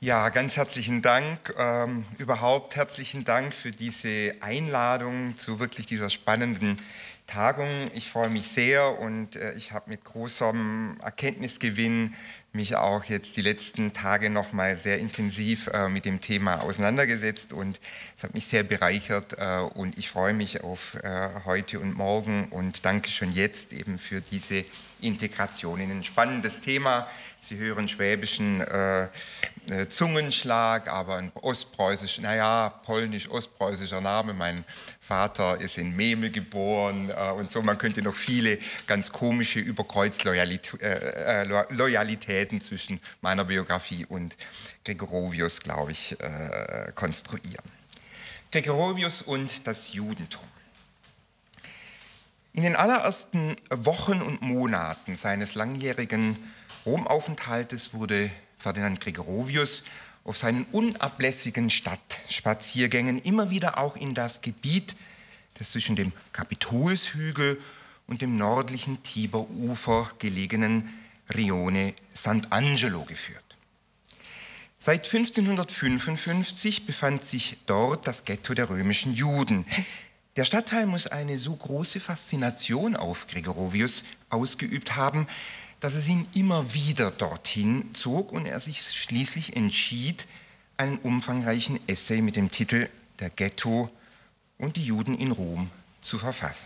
Ja, ganz herzlichen Dank. Überhaupt herzlichen Dank für diese Einladung zu wirklich dieser spannenden Tagung. Ich freue mich sehr und ich habe mit großem Erkenntnisgewinn mich auch jetzt die letzten Tage noch mal sehr intensiv mit dem Thema auseinandergesetzt und es hat mich sehr bereichert und ich freue mich auf heute und morgen und danke schon jetzt eben für diese Integration in ein spannendes Thema. Sie hören schwäbischen Zungenschlag, aber ein ostpreußisch, polnisch-ostpreußischer Name. Mein Vater ist in Memel geboren und so. Man könnte noch viele ganz komische Überkreuzloyalitäten zwischen meiner Biografie und Gregorovius, glaube ich, konstruieren. Gregorovius und das Judentum. In den allerersten Wochen und Monaten seines langjährigen Romaufenthaltes wurde Ferdinand Gregorovius auf seinen unablässigen Stadtspaziergängen immer wieder auch in das Gebiet, das zwischen dem Kapitolshügel und dem nördlichen Tiberufer gelegenen Rione Sant'Angelo geführt. Seit 1555 befand sich dort das Ghetto der römischen Juden. Der Stadtteil muss eine so große Faszination auf Gregorovius ausgeübt haben, dass es ihn immer wieder dorthin zog und er sich schließlich entschied, einen umfangreichen Essay mit dem Titel Der Ghetto und die Juden in Rom zu verfassen.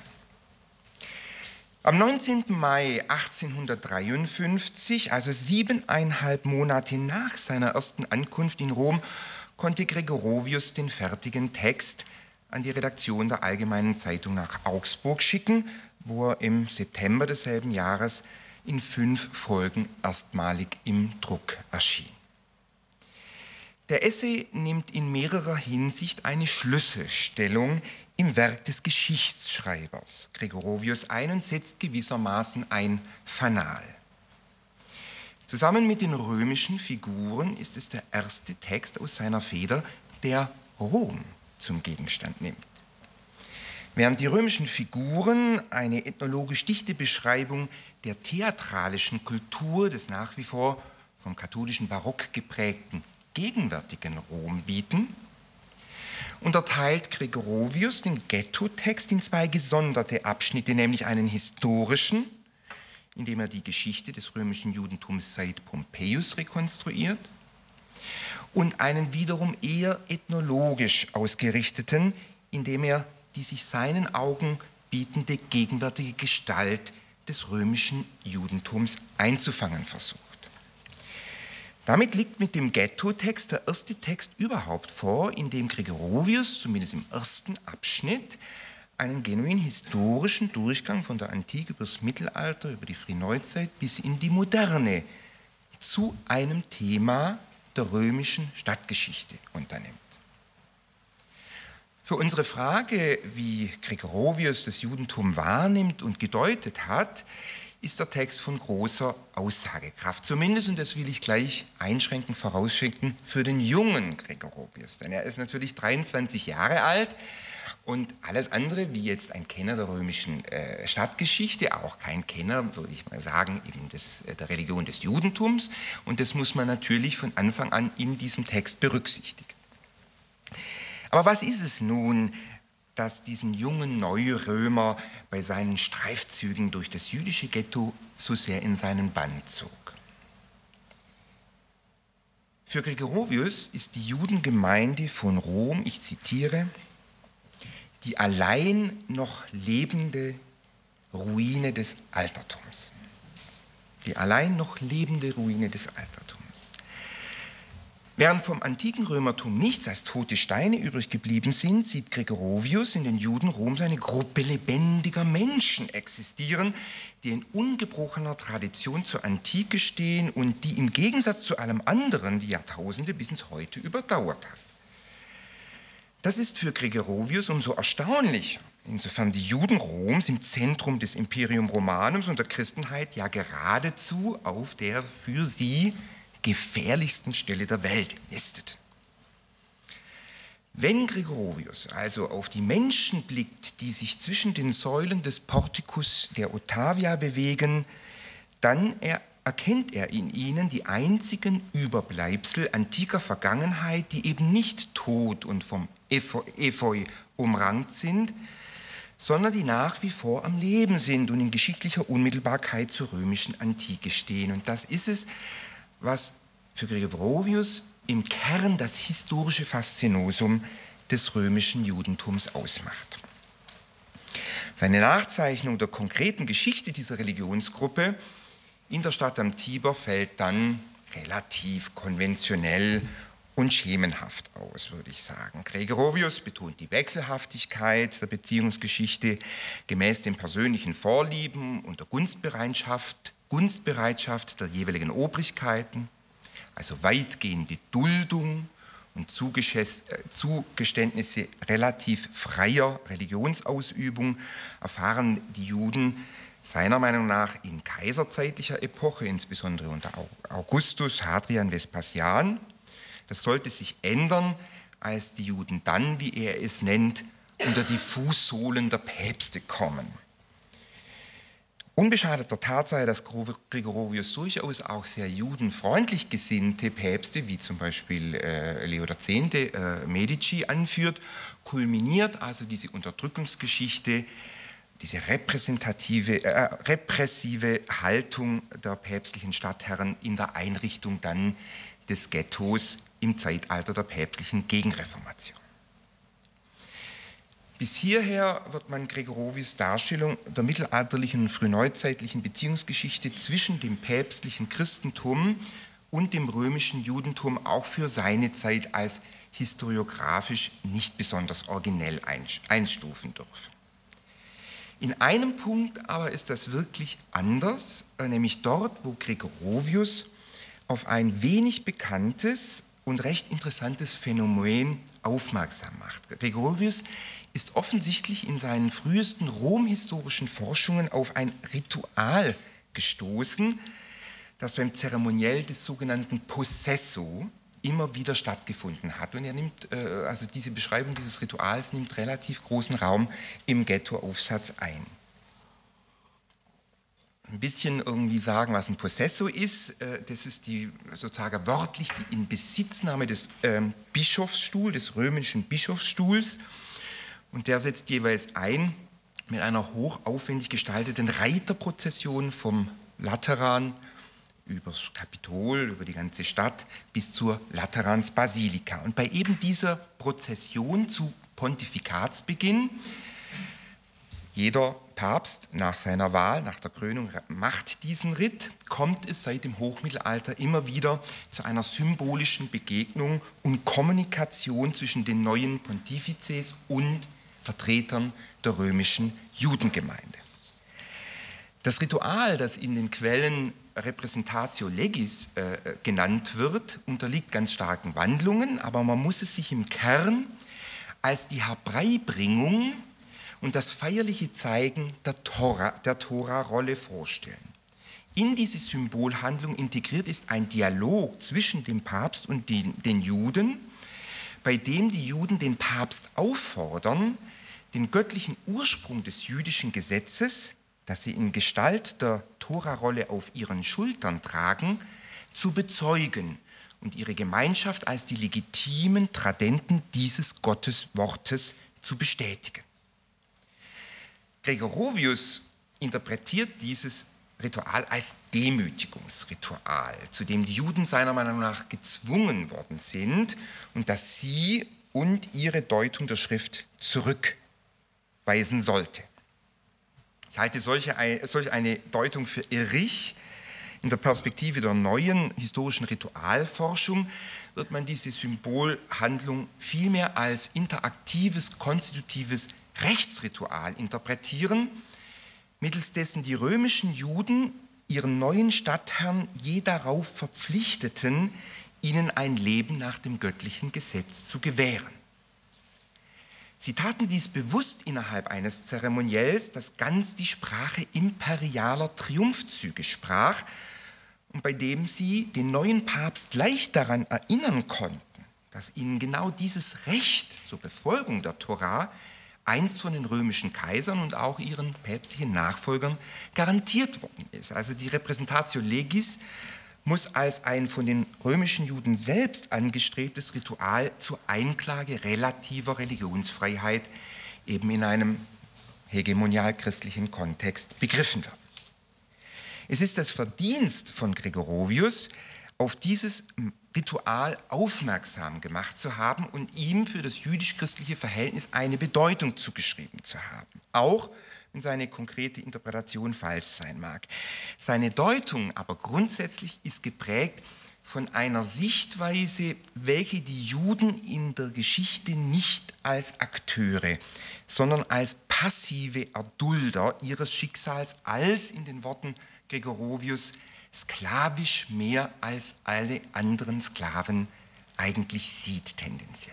Am 19. Mai 1853, also 7,5 Monate nach seiner ersten Ankunft in Rom, konnte Gregorovius den fertigen Text an die Redaktion der Allgemeinen Zeitung nach Augsburg schicken, wo er im September desselben Jahres in 5 Folgen erstmalig im Druck erschien. Der Essay nimmt in mehrerer Hinsicht eine Schlüsselstellung im Werk des Geschichtsschreibers Gregorovius ein und setzt gewissermaßen ein Fanal. Zusammen mit den römischen Figuren ist es der erste Text aus seiner Feder, der Rom zum Gegenstand nimmt. Während die römischen Figuren eine ethnologisch dichte Beschreibung der theatralischen Kultur des nach wie vor vom katholischen Barock geprägten gegenwärtigen Rom bieten, unterteilt Gregorovius den Ghetto-Text in 2 gesonderte Abschnitte, nämlich einen historischen, in dem er die Geschichte des römischen Judentums seit Pompeius rekonstruiert, und einen wiederum eher ethnologisch ausgerichteten, in dem er die sich seinen Augen bietende gegenwärtige Gestalt des römischen Judentums einzufangen versucht. Damit liegt mit dem Ghetto-Text der erste Text überhaupt vor, in dem Gregorovius, zumindest im ersten Abschnitt, einen genuin historischen Durchgang von der Antike über das Mittelalter, über die Frühneuzeit bis in die Moderne zu einem Thema der römischen Stadtgeschichte unternimmt. Für unsere Frage, wie Gregorovius das Judentum wahrnimmt und gedeutet hat, ist der Text von großer Aussagekraft. Zumindest, und das will ich gleich vorausschicken, für den jungen Gregorovius. Denn er ist natürlich 23 Jahre alt und alles andere, wie jetzt ein Kenner der römischen Stadtgeschichte, auch kein Kenner, würde ich mal sagen, eben der Religion des Judentums. Und das muss man natürlich von Anfang an in diesem Text berücksichtigen. Aber was ist es nun, das diesen jungen Neurömer bei seinen Streifzügen durch das jüdische Ghetto so sehr in seinen Bann zog? Für Gregorovius ist die Judengemeinde von Rom, ich zitiere, die allein noch lebende Ruine des Altertums. Die allein noch lebende Ruine des Altertums. Während vom antiken Römertum nichts als tote Steine übrig geblieben sind, sieht Gregorovius in den Juden Roms eine Gruppe lebendiger Menschen existieren, die in ungebrochener Tradition zur Antike stehen und die im Gegensatz zu allem anderen die Jahrtausende bis ins Heute überdauert hat. Das ist für Gregorovius umso erstaunlicher, insofern die Juden Roms im Zentrum des Imperium Romanums und der Christenheit ja geradezu auf der für sie gefährlichsten Stelle der Welt nisteten. Wenn Gregorovius also auf die Menschen blickt, die sich zwischen den Säulen des Portikus der Ottavia bewegen, dann erkennt er in ihnen die einzigen Überbleibsel antiker Vergangenheit, die eben nicht tot und vom Efeu umrankt sind, sondern die nach wie vor am Leben sind und in geschichtlicher Unmittelbarkeit zur römischen Antike stehen. Und das ist es, was für Gregorovius im Kern das historische Faszinosum des römischen Judentums ausmacht. Seine Nachzeichnung der konkreten Geschichte dieser Religionsgruppe in der Stadt am Tiber fällt dann relativ konventionell und schemenhaft aus, würde ich sagen. Gregorovius betont die Wechselhaftigkeit der Beziehungsgeschichte gemäß den persönlichen Vorlieben und der Gunstbereitschaft der jeweiligen Obrigkeiten, also weitgehende Duldung und Zugeständnisse relativ freier Religionsausübung erfahren die Juden seiner Meinung nach in kaiserzeitlicher Epoche, insbesondere unter Augustus, Hadrian, Vespasian. Das sollte sich ändern, als die Juden dann, wie er es nennt, unter die Fußsohlen der Päpste kommen. Unbeschadet der Tatsache, dass Gregorovius durchaus auch sehr judenfreundlich gesinnte Päpste, wie zum Beispiel Leo X. Medici anführt, kulminiert also diese Unterdrückungsgeschichte, diese repressive Haltung der päpstlichen Stadtherren in der Einrichtung dann des Ghettos im Zeitalter der päpstlichen Gegenreformation. Bis hierher wird man Gregorovius' Darstellung der mittelalterlichen und frühneuzeitlichen Beziehungsgeschichte zwischen dem päpstlichen Christentum und dem römischen Judentum auch für seine Zeit als historiografisch nicht besonders originell einstufen dürfen. In einem Punkt aber ist das wirklich anders, nämlich dort, wo Gregorovius auf ein wenig bekanntes und recht interessantes Phänomen aufmerksam macht. Gregorovius ist offensichtlich in seinen frühesten romhistorischen Forschungen auf ein Ritual gestoßen, das beim Zeremoniell des sogenannten Possessio immer wieder stattgefunden hat. Und er nimmt, also diese Beschreibung dieses Rituals nimmt relativ großen Raum im Ghettoaufsatz ein. Ein bisschen irgendwie sagen, was ein Possessio ist. Das ist sozusagen wörtlich die Inbesitznahme des Bischofsstuhls, des römischen Bischofsstuhls. Und der setzt jeweils ein mit einer hochaufwendig gestalteten Reiterprozession vom Lateran über das Kapitol, über die ganze Stadt bis zur Lateransbasilika. Und bei eben dieser Prozession zu Pontifikatsbeginn, jeder Papst nach seiner Wahl, nach der Krönung macht diesen Ritt, kommt es seit dem Hochmittelalter immer wieder zu einer symbolischen Begegnung und Kommunikation zwischen den neuen Pontifizes und Vertretern der römischen Judengemeinde. Das Ritual, das in den Quellen Representatio Legis genannt wird, unterliegt ganz starken Wandlungen, aber man muss es sich im Kern als die Herbeibringung und das feierliche Zeigen der Tora-Rolle vorstellen. In diese Symbolhandlung integriert ist ein Dialog zwischen dem Papst und den Juden, bei dem die Juden den Papst auffordern, den göttlichen Ursprung des jüdischen Gesetzes, das sie in Gestalt der Tora-Rolle auf ihren Schultern tragen, zu bezeugen und ihre Gemeinschaft als die legitimen Tradenten dieses Gotteswortes zu bestätigen. Gregorovius interpretiert dieses Ritual als Demütigungsritual, zu dem die Juden seiner Meinung nach gezwungen worden sind und das sie und ihre Deutung der Schrift zurückweisen sollte. Ich halte solch eine Deutung für irrig. In der Perspektive der neuen historischen Ritualforschung wird man diese Symbolhandlung vielmehr als interaktives, konstitutives Rechtsritual interpretieren, mittels dessen die römischen Juden ihren neuen Stadtherren je darauf verpflichteten, ihnen ein Leben nach dem göttlichen Gesetz zu gewähren. Sie taten dies bewusst innerhalb eines Zeremoniells, das ganz die Sprache imperialer Triumphzüge sprach und bei dem sie den neuen Papst leicht daran erinnern konnten, dass ihnen genau dieses Recht zur Befolgung der Tora einst von den römischen Kaisern und auch ihren päpstlichen Nachfolgern garantiert worden ist. Also die Repräsentatio Legis muss als ein von den römischen Juden selbst angestrebtes Ritual zur Einklage relativer Religionsfreiheit eben in einem hegemonial-christlichen Kontext begriffen werden. Es ist das Verdienst von Gregorovius, auf dieses Ritual aufmerksam gemacht zu haben und ihm für das jüdisch-christliche Verhältnis eine Bedeutung zugeschrieben zu haben, auch wenn seine konkrete Interpretation falsch sein mag. Seine Deutung aber grundsätzlich ist geprägt von einer Sichtweise, welche die Juden in der Geschichte nicht als Akteure, sondern als passive Erdulder ihres Schicksals, als in den Worten Gregorovius sklavisch mehr als alle anderen Sklaven eigentlich sieht tendenziell.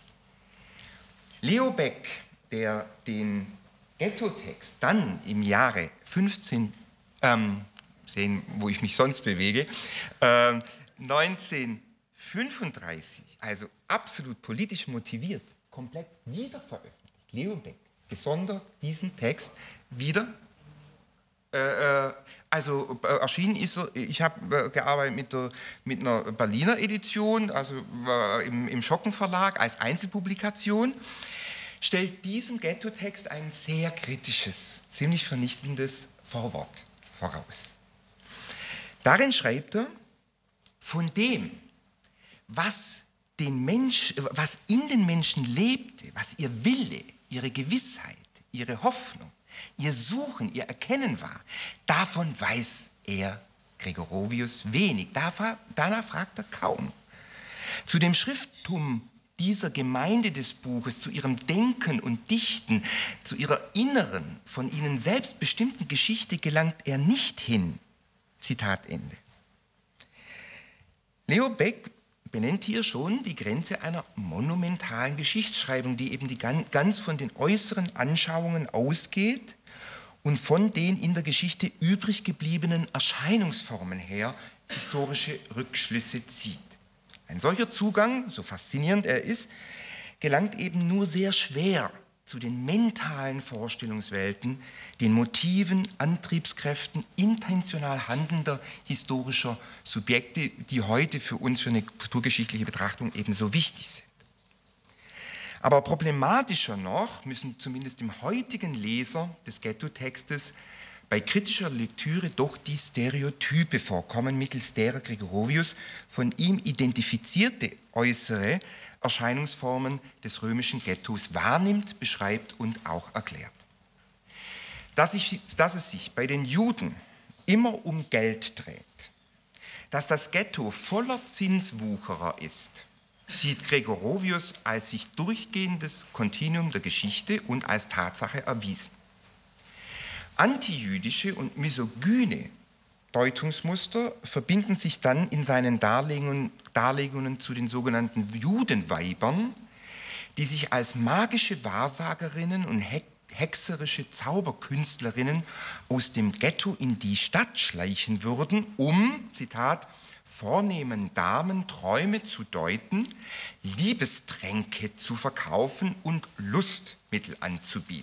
Leo Baeck, der den Ghetto-Text dann im Jahre 15, sehen, wo ich mich sonst bewege, 1935, also absolut politisch motiviert, komplett wiederveröffentlicht. Leo Baeck gesondert diesen Text wieder. Erschienen ist er, ich habe gearbeitet mit einer Berliner Edition, also im Schocken Verlag als Einzelpublikation, stellt diesem Ghetto-Text ein sehr kritisches, ziemlich vernichtendes Vorwort voraus. Darin schreibt er, von dem, was in den Menschen lebte, was ihr Wille, ihre Gewissheit, ihre Hoffnung, ihr Suchen, ihr Erkennen war, davon weiß er, Gregorovius, wenig. Danach fragt er kaum. Zu dem Schrifttum dieser Gemeinde des Buches, zu ihrem Denken und Dichten, zu ihrer inneren, von ihnen selbst bestimmten Geschichte gelangt er nicht hin. Zitat Ende. Leo Baeck benennt hier schon die Grenze einer monumentalen Geschichtsschreibung, die eben ganz von den äußeren Anschauungen ausgeht und von den in der Geschichte übrig gebliebenen Erscheinungsformen her historische Rückschlüsse zieht. Ein solcher Zugang, so faszinierend er ist, gelangt eben nur sehr schwer zu den mentalen Vorstellungswelten, den Motiven, Antriebskräften intentional handelnder historischer Subjekte, die heute für uns für eine kulturgeschichtliche Betrachtung ebenso wichtig sind. Aber problematischer noch müssen zumindest dem heutigen Leser des Ghetto-Textes bei kritischer Lektüre doch die Stereotype vorkommen, mittels derer Gregorovius von ihm identifizierte äußere Erscheinungsformen des römischen Ghettos wahrnimmt, beschreibt und auch erklärt. Dass es sich bei den Juden immer um Geld dreht, dass das Ghetto voller Zinswucherer ist, sieht Gregorovius als sich durchgehendes Kontinuum der Geschichte und als Tatsache erwiesen. Antijüdische und misogyne Deutungsmuster verbinden sich dann in seinen Darlegungen zu den sogenannten Judenweibern, die sich als magische Wahrsagerinnen und hexerische Zauberkünstlerinnen aus dem Ghetto in die Stadt schleichen würden, um, Zitat, vornehmen Damen Träume zu deuten, Liebestränke zu verkaufen und Lustmittel anzubieten.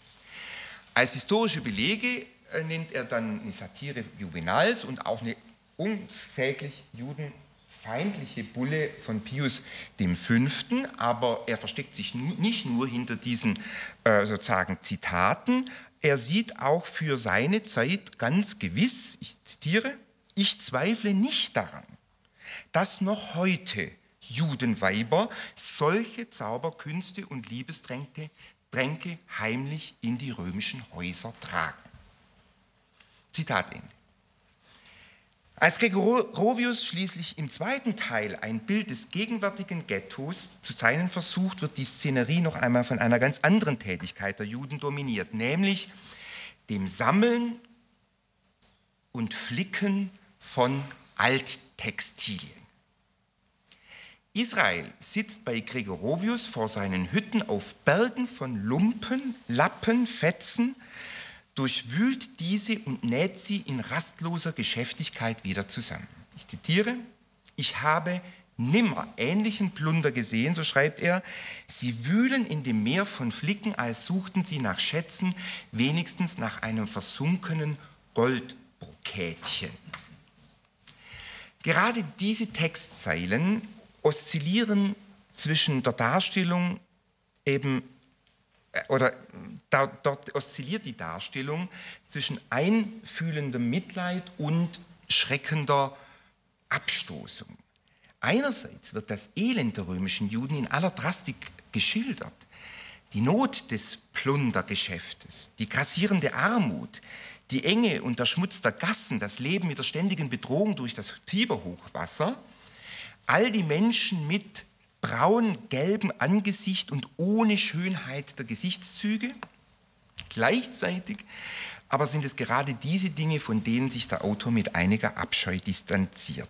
Als historische Belege nennt er dann eine Satire Juvenals und auch eine unsäglich judenfeindliche Bulle von Pius V., aber er versteckt sich nicht nur hinter diesen sozusagen Zitaten, er sieht auch für seine Zeit ganz gewiss, ich zitiere, ich zweifle nicht daran, dass noch heute Judenweiber solche Zauberkünste und Liebestränke heimlich in die römischen Häuser tragen. Zitat Ende. Als Gregorovius schließlich im zweiten Teil ein Bild des gegenwärtigen Ghettos zu zeichnen versucht, wird die Szenerie noch einmal von einer ganz anderen Tätigkeit der Juden dominiert, nämlich dem Sammeln und Flicken von Alttextilien. Israel sitzt bei Gregorovius vor seinen Hütten auf Bergen von Lumpen, Lappen, Fetzen, durchwühlt diese und näht sie in rastloser Geschäftigkeit wieder zusammen. Ich zitiere, ich habe nimmer ähnlichen Plunder gesehen, so schreibt er, sie wühlen in dem Meer von Flicken, als suchten sie nach Schätzen, wenigstens nach einem versunkenen Goldbrokätchen. Gerade diese Textzeilen oszillieren zwischen der Darstellung dort oszilliert die Darstellung zwischen einfühlendem Mitleid und schreckender Abstoßung. Einerseits wird das Elend der römischen Juden in aller Drastik geschildert. Die Not des Plundergeschäftes, die grassierende Armut, die Enge und der Schmutz der Gassen, das Leben mit der ständigen Bedrohung durch das Tiberhochwasser, all die Menschen mit braun-gelbem Angesicht und ohne Schönheit der Gesichtszüge. Gleichzeitig aber sind es gerade diese Dinge, von denen sich der Autor mit einiger Abscheu distanziert.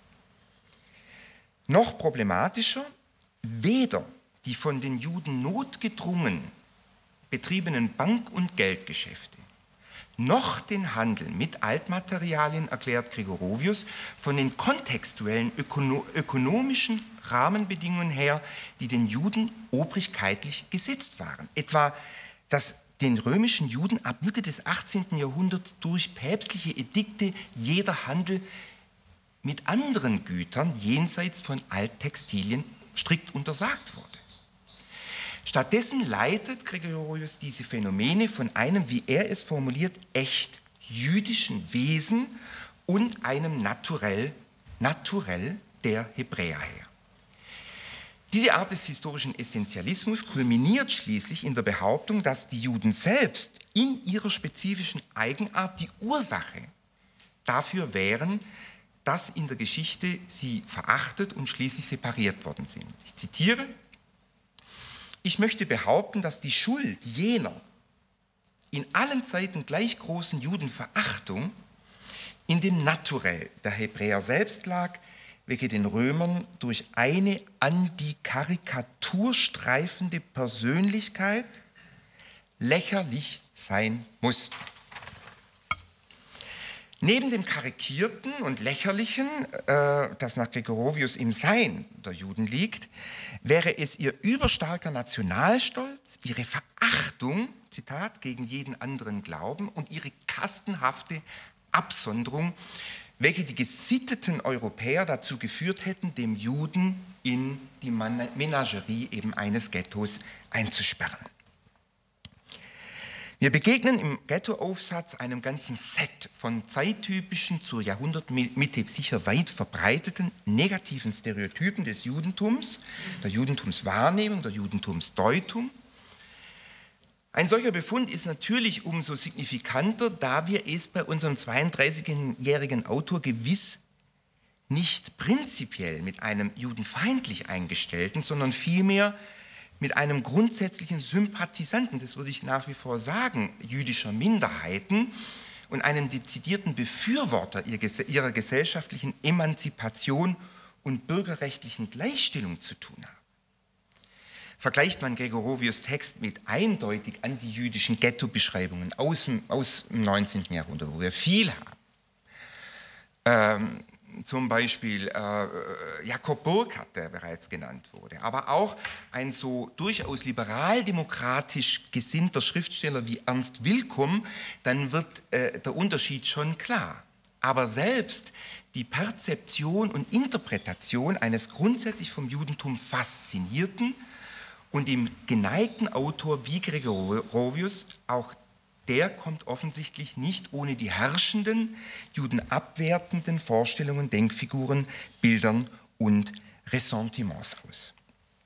Noch problematischer, weder die von den Juden notgedrungen betriebenen Bank- und Geldgeschäfte noch den Handel mit Altmaterialien, erklärt Gregorovius, von den kontextuellen ökonomischen Rahmenbedingungen her, die den Juden obrigkeitlich gesetzt waren. Etwa, dass den römischen Juden ab Mitte des 18. Jahrhunderts durch päpstliche Edikte jeder Handel mit anderen Gütern jenseits von Alttextilien strikt untersagt wurde. Stattdessen leitet Gregorius diese Phänomene von einem, wie er es formuliert, echt jüdischen Wesen und einem Naturell der Hebräer her. Diese Art des historischen Essentialismus kulminiert schließlich in der Behauptung, dass die Juden selbst in ihrer spezifischen Eigenart die Ursache dafür wären, dass in der Geschichte sie verachtet und schließlich separiert worden sind. Ich zitiere: Ich möchte behaupten, dass die Schuld jener in allen Zeiten gleich großen Judenverachtung in dem Naturell der Hebräer selbst lag, welche den Römern durch eine an die Karikatur streifende Persönlichkeit lächerlich sein mussten. Neben dem Karikierten und Lächerlichen, das nach Gregorovius im Sein der Juden liegt, wäre es ihr überstarker Nationalstolz, ihre Verachtung, Zitat, gegen jeden anderen Glauben und ihre kastenhafte Absonderung, welche die gesitteten Europäer dazu geführt hätten, dem Juden in die Menagerie eben eines Ghettos einzusperren. Wir begegnen im Ghettoaufsatz einem ganzen Set von zeittypischen, zur Jahrhundertmitte sicher weit verbreiteten negativen Stereotypen des Judentums, der Judentumswahrnehmung, der Judentumsdeutung. Ein solcher Befund ist natürlich umso signifikanter, da wir es bei unserem 32-jährigen Autor gewiss nicht prinzipiell mit einem judenfeindlich eingestellten, sondern vielmehr mit einem grundsätzlichen Sympathisanten, das würde ich nach wie vor sagen, jüdischer Minderheiten und einem dezidierten Befürworter ihrer gesellschaftlichen Emanzipation und bürgerrechtlichen Gleichstellung zu tun haben. Vergleicht man Gregorovius' Text mit eindeutig antijüdischen Ghetto-Beschreibungen aus dem 19. Jahrhundert, wo wir viel haben, zum Beispiel Jakob Burckhardt, der bereits genannt wurde, aber auch ein so durchaus liberaldemokratisch gesinnter Schriftsteller wie Ernst Willkomm, dann wird der Unterschied schon klar. Aber selbst die Perzeption und Interpretation eines grundsätzlich vom Judentum faszinierten und im geneigten Autor wie Gregorovius, auch der kommt offensichtlich nicht ohne die herrschenden, judenabwertenden Vorstellungen, Denkfiguren, Bildern und Ressentiments aus.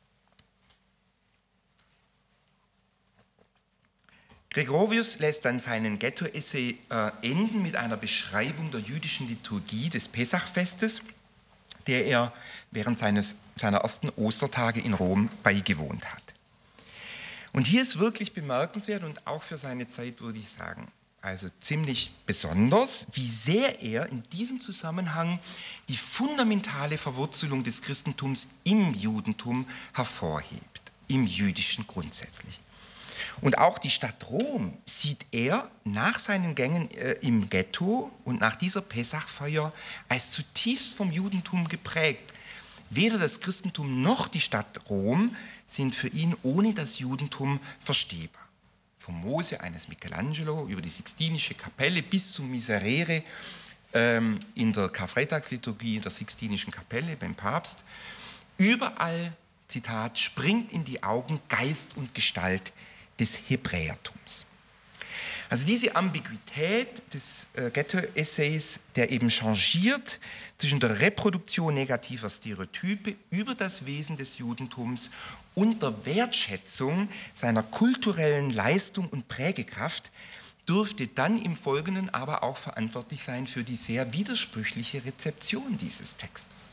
Gregorovius lässt dann seinen Ghetto-Essay enden mit einer Beschreibung der jüdischen Liturgie des Pessachfestes, der er während seiner ersten Ostertage in Rom beigewohnt hat. Und hier ist wirklich bemerkenswert und auch für seine Zeit, würde ich sagen, also ziemlich besonders, wie sehr er in diesem Zusammenhang die fundamentale Verwurzelung des Christentums im Judentum hervorhebt, im Jüdischen grundsätzlich. Und auch die Stadt Rom sieht er nach seinen Gängen im Ghetto und nach dieser Pessachfeier als zutiefst vom Judentum geprägt, weder das Christentum noch die Stadt Rom sind für ihn ohne das Judentum verstehbar. Vom Mose eines Michelangelo über die Sixtinische Kapelle bis zum Miserere in der Karfreitagsliturgie in der Sixtinischen Kapelle beim Papst. Überall, Zitat, springt in die Augen Geist und Gestalt des Hebräertums. Also diese Ambiguität des Ghetto-Essays, der eben changiert zwischen der Reproduktion negativer Stereotype über das Wesen des Judentums und der Wertschätzung seiner kulturellen Leistung und Prägekraft, dürfte dann im Folgenden aber auch verantwortlich sein für die sehr widersprüchliche Rezeption dieses Textes.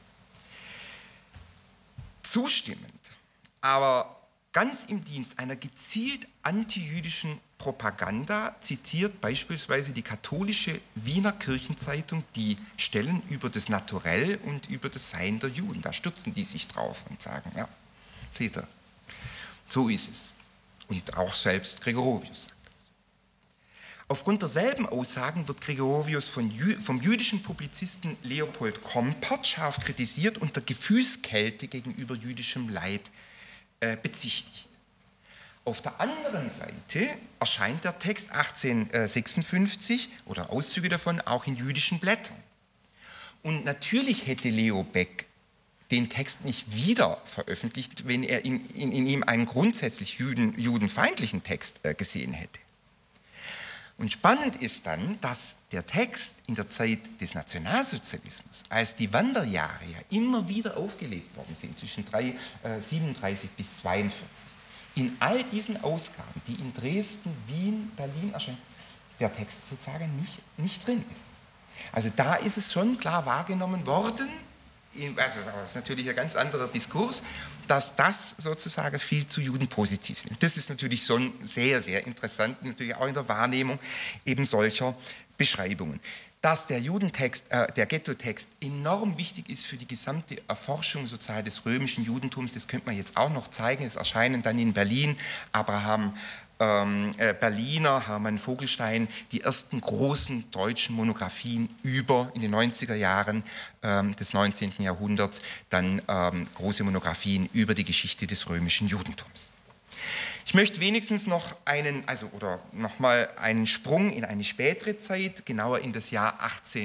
Zustimmend, aber ganz im Dienst einer gezielt antijüdischen Propaganda zitiert beispielsweise die katholische Wiener Kirchenzeitung die Stellen über das Naturell und über das Sein der Juden. Da stürzen die sich drauf und sagen, ja, seht ihr, so ist es. Und auch selbst Gregorovius sagt das. Aufgrund derselben Aussagen wird Gregorovius vom jüdischen Publizisten Leopold Kompert scharf kritisiert und der Gefühlskälte gegenüber jüdischem Leid bezichtigt. Auf der anderen Seite erscheint der Text 1856 oder Auszüge davon auch in jüdischen Blättern. Und natürlich hätte Leo Baeck den Text nicht wieder veröffentlicht, wenn er in ihm einen grundsätzlich judenfeindlichen Text gesehen hätte. Und spannend ist dann, dass der Text in der Zeit des Nationalsozialismus, als die Wanderjahre ja immer wieder aufgelegt worden sind, zwischen 37 bis 42, in all diesen Ausgaben, die in Dresden, Wien, Berlin erscheinen, der Text sozusagen nicht drin ist. Also da ist es schon klar wahrgenommen worden, also das ist natürlich ein ganz anderer Diskurs, dass das sozusagen viel zu judenpositiv ist. Das ist natürlich schon sehr, sehr interessant, natürlich auch in der Wahrnehmung eben solcher Beschreibungen. Dass der Judentext, der Ghetto-Text enorm wichtig ist für die gesamte Erforschung sozusagen des römischen Judentums, das könnte man jetzt auch noch zeigen. Es erscheinen dann in Berlin Berliner, Hermann Vogelstein, die ersten großen deutschen Monographien in den 90er Jahren des 19. Jahrhunderts, dann große Monographien über die Geschichte des römischen Judentums. Ich möchte wenigstens noch mal einen Sprung in eine spätere Zeit, genauer in das Jahr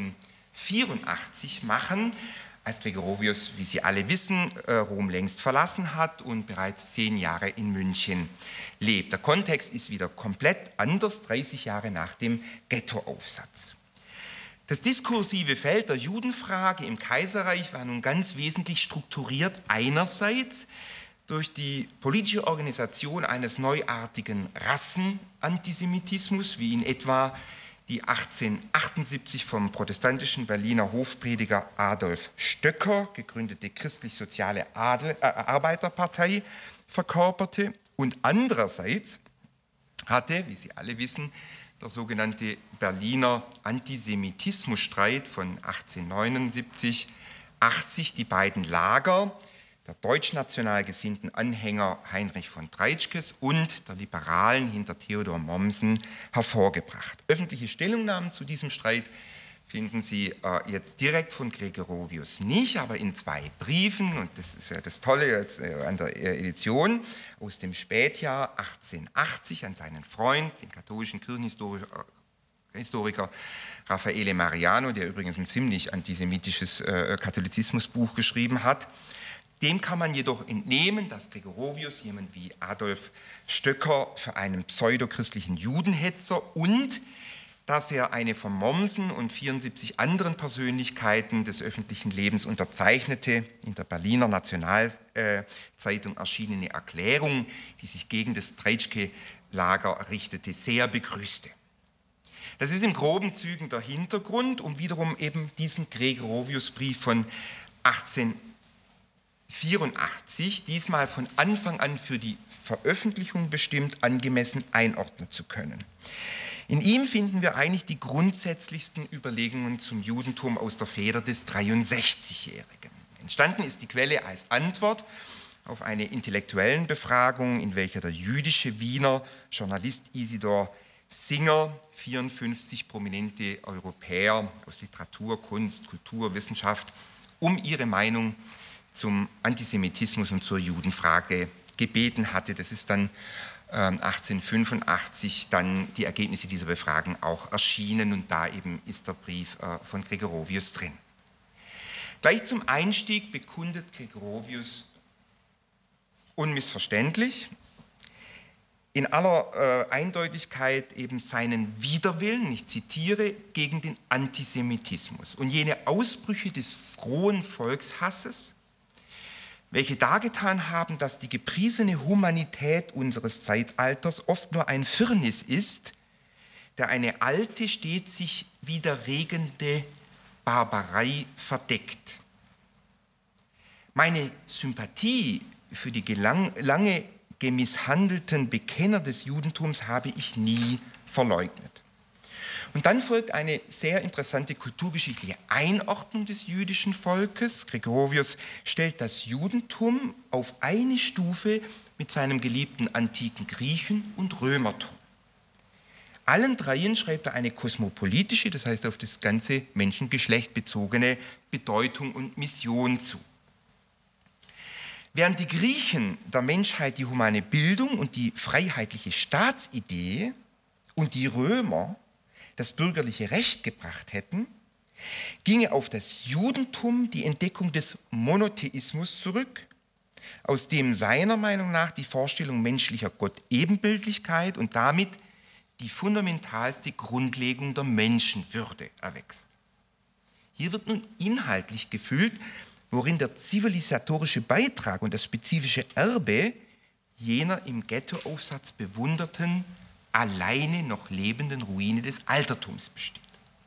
1884 machen, als Gregorovius, wie Sie alle wissen, Rom längst verlassen hat und bereits 10 Jahre in München lebt. Der Kontext ist wieder komplett anders, 30 Jahre nach dem Ghettoaufsatz. Das diskursive Feld der Judenfrage im Kaiserreich war nun ganz wesentlich strukturiert einerseits durch die politische Organisation eines neuartigen Rassenantisemitismus, wie in etwa die 1878 vom protestantischen Berliner Hofprediger Adolf Stöcker gegründete christlich-soziale Arbeiterpartei verkörperte, und andererseits hatte, wie Sie alle wissen, der sogenannte Berliner Antisemitismusstreit von 1879-80 die beiden Lager der deutschnational gesinnten Anhänger Heinrich von Treitschkes und der Liberalen hinter Theodor Mommsen hervorgebracht. Öffentliche Stellungnahmen zu diesem Streit finden Sie jetzt direkt von Gregorovius nicht, aber in 2 Briefen, und das ist ja das Tolle jetzt an der Edition, aus dem Spätjahr 1880 an seinen Freund, den katholischen Kirchenhistoriker Raffaele Mariano, der übrigens ein ziemlich antisemitisches Katholizismusbuch geschrieben hat. Dem kann man jedoch entnehmen, dass Gregorovius jemand wie Adolf Stöcker für einen pseudochristlichen Judenhetzer und dass er eine von Mommsen und 74 anderen Persönlichkeiten des öffentlichen Lebens unterzeichnete, in der Berliner Nationalzeitung erschienene Erklärung, die sich gegen das Treitschke-Lager richtete, sehr begrüßte. Das ist im groben Zügen der Hintergrund, um wiederum eben diesen Gregorovius-Brief von 1884, diesmal von Anfang an für die Veröffentlichung bestimmt, angemessen einordnen zu können. In ihm finden wir eigentlich die grundsätzlichsten Überlegungen zum Judentum aus der Feder des 63-Jährigen. Entstanden ist die Quelle als Antwort auf eine intellektuellen Befragung, in welcher der jüdische Wiener Journalist Isidor Singer 54 prominente Europäer aus Literatur, Kunst, Kultur, Wissenschaft um ihre Meinung zum Antisemitismus und zur Judenfrage gebeten hatte. Das ist dann 1885 dann die Ergebnisse dieser Befragung auch erschienen und da eben ist der Brief von Gregorovius drin. Gleich zum Einstieg bekundet Gregorovius unmissverständlich, in aller Eindeutigkeit eben seinen Widerwillen, ich zitiere, gegen den Antisemitismus und jene Ausbrüche des frohen Volkshasses, welche dargetan haben, dass die gepriesene Humanität unseres Zeitalters oft nur ein Firnis ist, der eine alte, stets sich widerregende Barbarei verdeckt. Meine Sympathie für die lange gemisshandelten Bekenner des Judentums habe ich nie verleugnet. Und dann folgt eine sehr interessante kulturgeschichtliche Einordnung des jüdischen Volkes. Gregorovius stellt das Judentum auf eine Stufe mit seinem geliebten antiken Griechen- und Römertum. Allen dreien schreibt er eine kosmopolitische, das heißt auf das ganze Menschengeschlecht bezogene Bedeutung und Mission zu. Während die Griechen der Menschheit die humane Bildung und die freiheitliche Staatsidee und die Römer das bürgerliche Recht gebracht hätten, ginge auf das Judentum die Entdeckung des Monotheismus zurück, aus dem seiner Meinung nach die Vorstellung menschlicher Gottebenbildlichkeit und damit die fundamentalste Grundlegung der Menschenwürde erwächst. Hier wird nun inhaltlich gefüllt, worin der zivilisatorische Beitrag und das spezifische Erbe jener im Ghettoaufsatz bewunderten, alleine noch lebenden Ruine des Altertums besteht.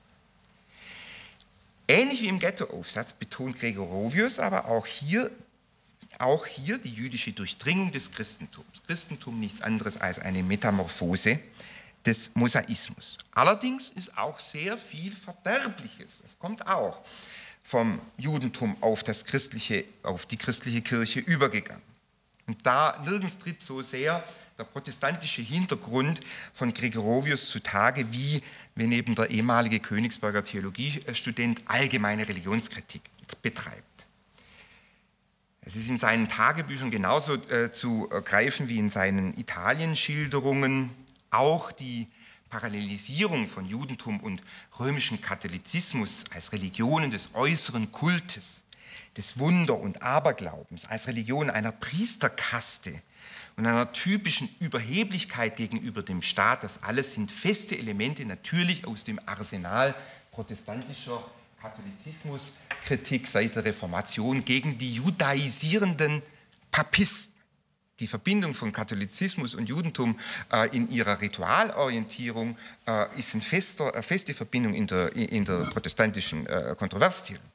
Ähnlich wie im Ghettoaufsatz betont Gregorovius aber auch hier die jüdische Durchdringung des Christentums. Christentum nichts anderes als eine Metamorphose des Mosaismus. Allerdings ist auch sehr viel Verderbliches, das kommt auch, vom Judentum auf die christliche Kirche übergegangen. Und da nirgends tritt so sehr der protestantische Hintergrund von Gregorovius zutage, wie wenn eben der ehemalige Königsberger Theologiestudent allgemeine Religionskritik betreibt. Es ist in seinen Tagebüchern genauso zu greifen wie in seinen Italienschilderungen. Auch die Parallelisierung von Judentum und römischen Katholizismus als Religionen des äußeren Kultes, des Wunder- und Aberglaubens, als Religion einer Priesterkaste und einer typischen Überheblichkeit gegenüber dem Staat, das alles sind feste Elemente natürlich aus dem Arsenal protestantischer Katholizismuskritik seit der Reformation gegen die judaisierenden Papisten. Die Verbindung von Katholizismus und Judentum in ihrer Ritualorientierung ist eine feste Verbindung in der protestantischen Kontroverstheologie.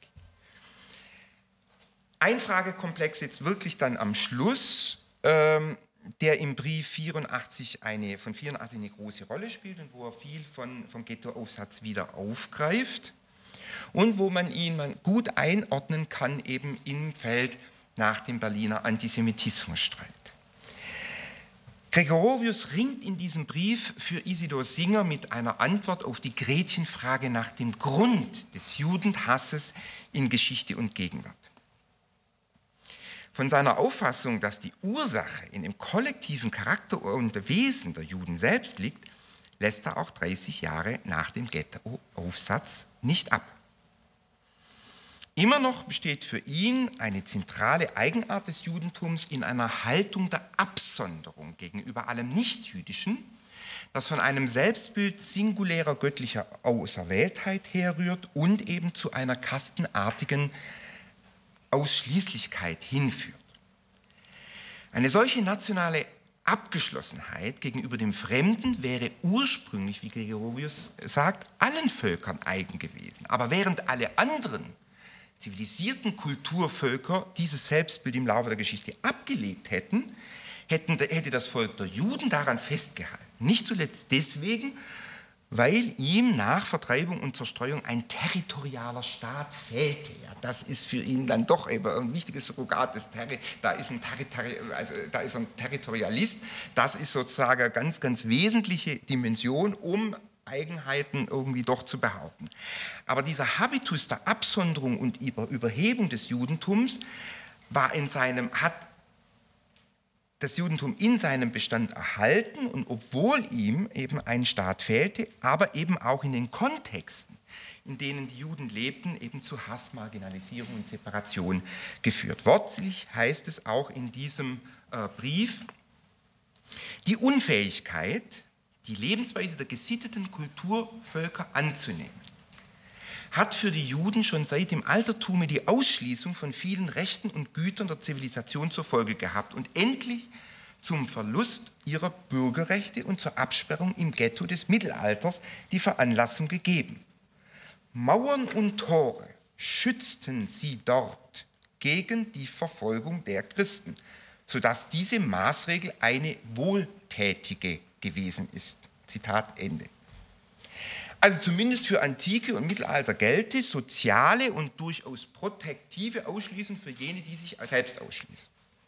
Ein Fragekomplex jetzt wirklich dann am Schluss, der im Brief 84 eine große Rolle spielt und wo er viel vom Ghettoaufsatz wieder aufgreift und wo man ihn gut einordnen kann eben im Feld nach dem Berliner Antisemitismusstreit. Gregorovius ringt in diesem Brief für Isidor Singer mit einer Antwort auf die Gretchenfrage nach dem Grund des Judenhasses in Geschichte und Gegenwart. Von seiner Auffassung, dass die Ursache in dem kollektiven Charakter und Wesen der Juden selbst liegt, lässt er auch 30 Jahre nach dem Ghettoaufsatz nicht ab. Immer noch besteht für ihn eine zentrale Eigenart des Judentums in einer Haltung der Absonderung gegenüber allem Nichtjüdischen, das von einem Selbstbild singulärer göttlicher Auserwähltheit herrührt und eben zu einer kastenartigen Ausschließlichkeit hinführt. Eine solche nationale Abgeschlossenheit gegenüber dem Fremden wäre ursprünglich, wie Gregorovius sagt, allen Völkern eigen gewesen. Aber während alle anderen zivilisierten Kulturvölker dieses Selbstbild im Laufe der Geschichte abgelegt hätte das Volk der Juden daran festgehalten. Nicht zuletzt deswegen, weil ihm nach Vertreibung und Zerstreuung ein territorialer Staat fehlte. Ja, das ist für ihn dann doch eben ein wichtiges Surrogat. Da ist ein Territorialist. Das ist sozusagen eine ganz, ganz wesentliche Dimension, um Eigenheiten irgendwie doch zu behaupten. Aber dieser Habitus der Absonderung und Überhebung des Judentums hat das Judentum in seinem Bestand erhalten, und obwohl ihm eben ein Staat fehlte, aber eben auch in den Kontexten, in denen die Juden lebten, eben zu Hass, Marginalisierung und Separation geführt. Wörtlich heißt es auch in diesem Brief: Die Unfähigkeit, die Lebensweise der gesitteten Kulturvölker anzunehmen, hat für die Juden schon seit dem Altertum die Ausschließung von vielen Rechten und Gütern der Zivilisation zur Folge gehabt und endlich zum Verlust ihrer Bürgerrechte und zur Absperrung im Ghetto des Mittelalters die Veranlassung gegeben. Mauern und Tore schützten sie dort gegen die Verfolgung der Christen, sodass diese Maßregel eine wohltätige gewesen ist. Zitat Ende. Also zumindest für Antike und Mittelalter gelte soziale und durchaus protektive Ausschließung für jene, die sich selbst ausschließen.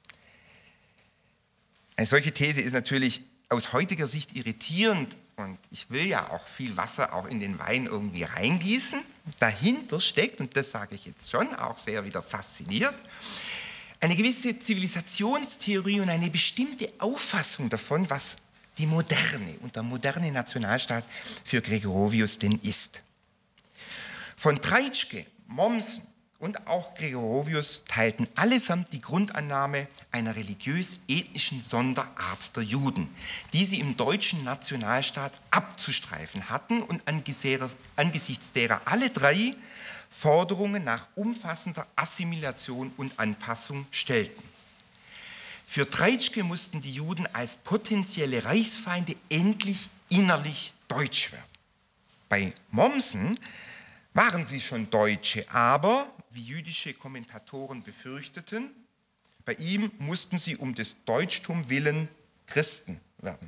Eine solche These ist natürlich aus heutiger Sicht irritierend, und ich will ja auch viel Wasser auch in den Wein irgendwie reingießen. Dahinter steckt, und das sage ich jetzt schon, auch sehr wieder fasziniert, eine gewisse Zivilisationstheorie und eine bestimmte Auffassung davon, was die Moderne und der moderne Nationalstaat für Gregorovius denn ist. Von Treitschke, Mommsen und auch Gregorovius teilten allesamt die Grundannahme einer religiös-ethnischen Sonderart der Juden, die sie im deutschen Nationalstaat abzustreifen hatten und angesichts derer alle drei Forderungen nach umfassender Assimilation und Anpassung stellten. Für Treitschke mussten die Juden als potenzielle Reichsfeinde endlich innerlich deutsch werden. Bei Mommsen waren sie schon Deutsche, aber, wie jüdische Kommentatoren befürchteten, bei ihm mussten sie um des Deutschtums willen Christen werden.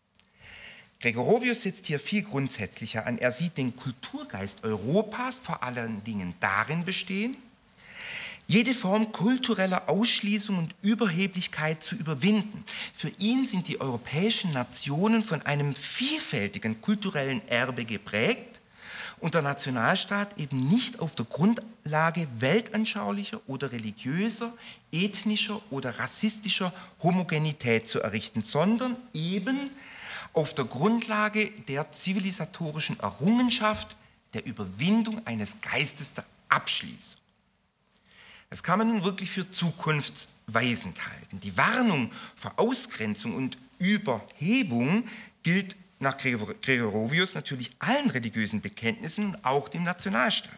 Gregorovius setzt hier viel grundsätzlicher an. Er sieht den Kulturgeist Europas vor allen Dingen darin bestehen, jede Form kultureller Ausschließung und Überheblichkeit zu überwinden. Für ihn sind die europäischen Nationen von einem vielfältigen kulturellen Erbe geprägt und der Nationalstaat eben nicht auf der Grundlage weltanschaulicher oder religiöser, ethnischer oder rassistischer Homogenität zu errichten, sondern eben auf der Grundlage der zivilisatorischen Errungenschaft der Überwindung eines Geistes der Abschließung. Das kann man nun wirklich für zukunftsweisend halten. Die Warnung vor Ausgrenzung und Überhebung gilt nach Gregorovius natürlich allen religiösen Bekenntnissen und auch dem Nationalstaat.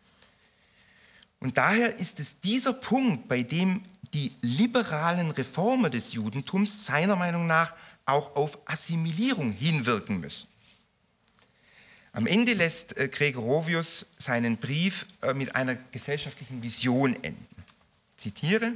Und daher ist es dieser Punkt, bei dem die liberalen Reformer des Judentums seiner Meinung nach auch auf Assimilierung hinwirken müssen. Am Ende lässt Gregorovius seinen Brief mit einer gesellschaftlichen Vision enden. Ich zitiere: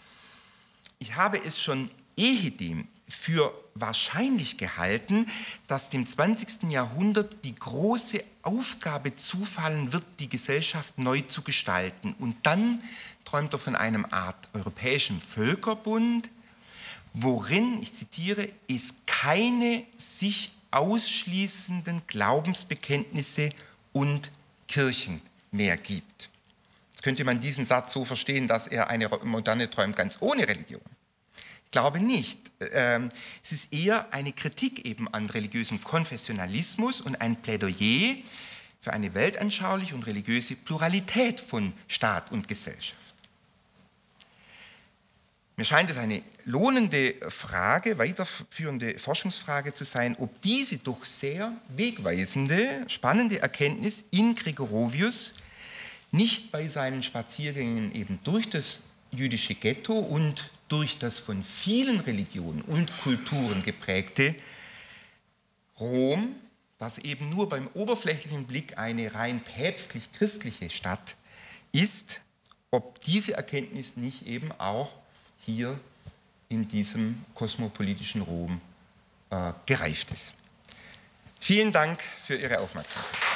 Ich habe es schon ehedem für wahrscheinlich gehalten, dass dem 20. Jahrhundert die große Aufgabe zufallen wird, die Gesellschaft neu zu gestalten. Und dann träumt er von einem Art europäischen Völkerbund, worin, ich zitiere, es keine sich ausschließenden Glaubensbekenntnisse und Kirchen mehr gibt. Jetzt könnte man diesen Satz so verstehen, dass er eine Moderne träumt, ganz ohne Religion. Ich glaube nicht. Es ist eher eine Kritik eben an religiösem Konfessionalismus und ein Plädoyer für eine weltanschauliche und religiöse Pluralität von Staat und Gesellschaft. Mir scheint es eine lohnende Frage, weiterführende Forschungsfrage zu sein, ob diese doch sehr wegweisende, spannende Erkenntnis in Gregorovius nicht bei seinen Spaziergängen eben durch das jüdische Ghetto und durch das von vielen Religionen und Kulturen geprägte Rom, das eben nur beim oberflächlichen Blick eine rein päpstlich-christliche Stadt ist, ob diese Erkenntnis nicht eben auch hier in diesem kosmopolitischen Rom gereift ist. Vielen Dank für Ihre Aufmerksamkeit.